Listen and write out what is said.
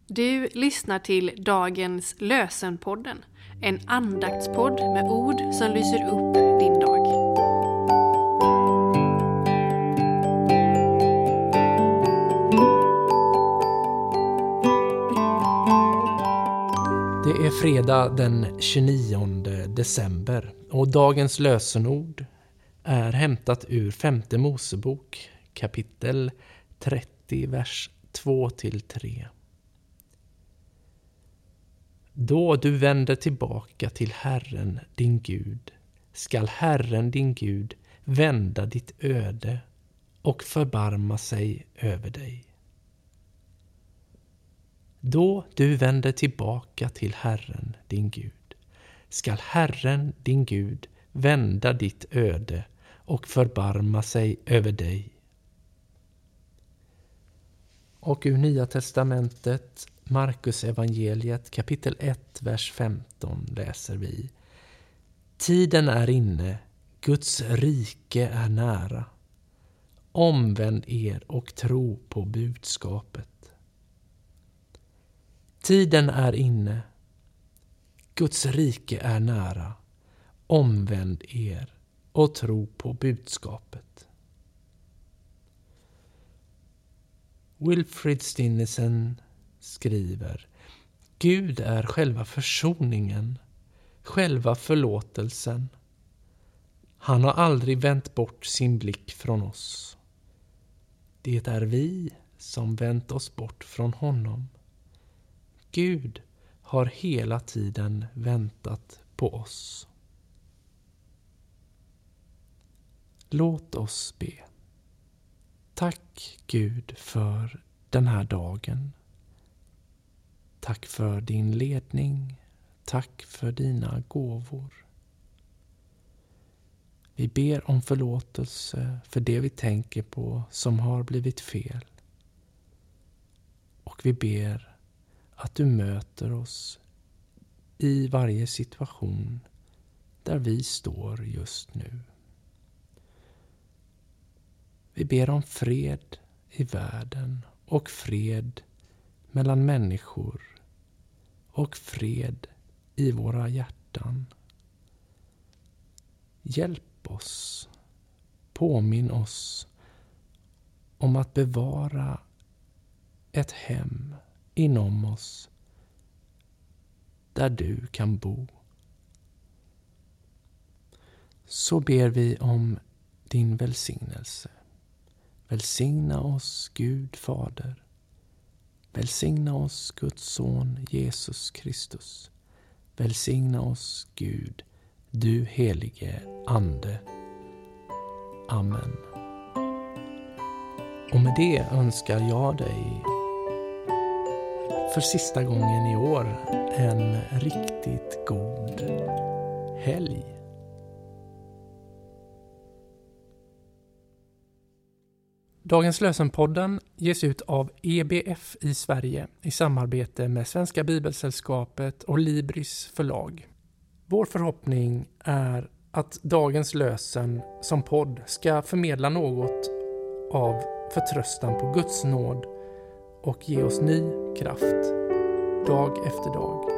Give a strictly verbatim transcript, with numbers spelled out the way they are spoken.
Du lyssnar till dagens Lösenpodden, en andaktspodd med ord som lyser upp din dag. Det är fredag den tjugonionde december och dagens lösenord är hämtat ur femte Mosebok kapitel trettio vers två till tre. Då du vänder tillbaka till Herren din Gud, skall Herren din Gud vända ditt öde och förbarma sig över dig. Då du vänder tillbaka till Herren din Gud, skall Herren din Gud vända ditt öde och förbarma sig över dig. Och ur Nya testamentet, Markus evangeliet kapitel ett, vers femton läser vi: Tiden är inne, Guds rike är nära. Omvänd er och tro på budskapet. Tiden är inne, Guds rike är nära. Omvänd er och tro på budskapet. Wilfrid Stinnesen skriver: Gud är själva försoningen, själva förlåtelsen. Han har aldrig vänt bort sin blick från oss. Det är vi som vänt oss bort från honom. Gud har hela tiden väntat på oss. Låt oss be. Tack Gud för den här dagen. Tack för din ledning. Tack för dina gåvor. Vi ber om förlåtelse för det vi tänker på som har blivit fel. Och vi ber att du möter oss i varje situation där vi står just nu. Vi ber om fred i världen och fred mellan människor och fred i våra hjärtan. Hjälp oss, påminn oss om att bevara ett hem inom oss där du kan bo. Så ber vi om din välsignelse. Välsigna oss, Gud Fader. Välsigna oss, Guds son Jesus Kristus. Välsigna oss, Gud, du helige Ande. Amen. Och med det önskar jag dig för sista gången i år en riktigt god helg. Dagens Lösenpodden ges ut av E B F i Sverige i samarbete med Svenska Bibelsällskapet och Libris förlag. Vår förhoppning är att dagens lösen som podd ska förmedla något av förtröstan på Guds nåd och ge oss ny kraft dag efter dag.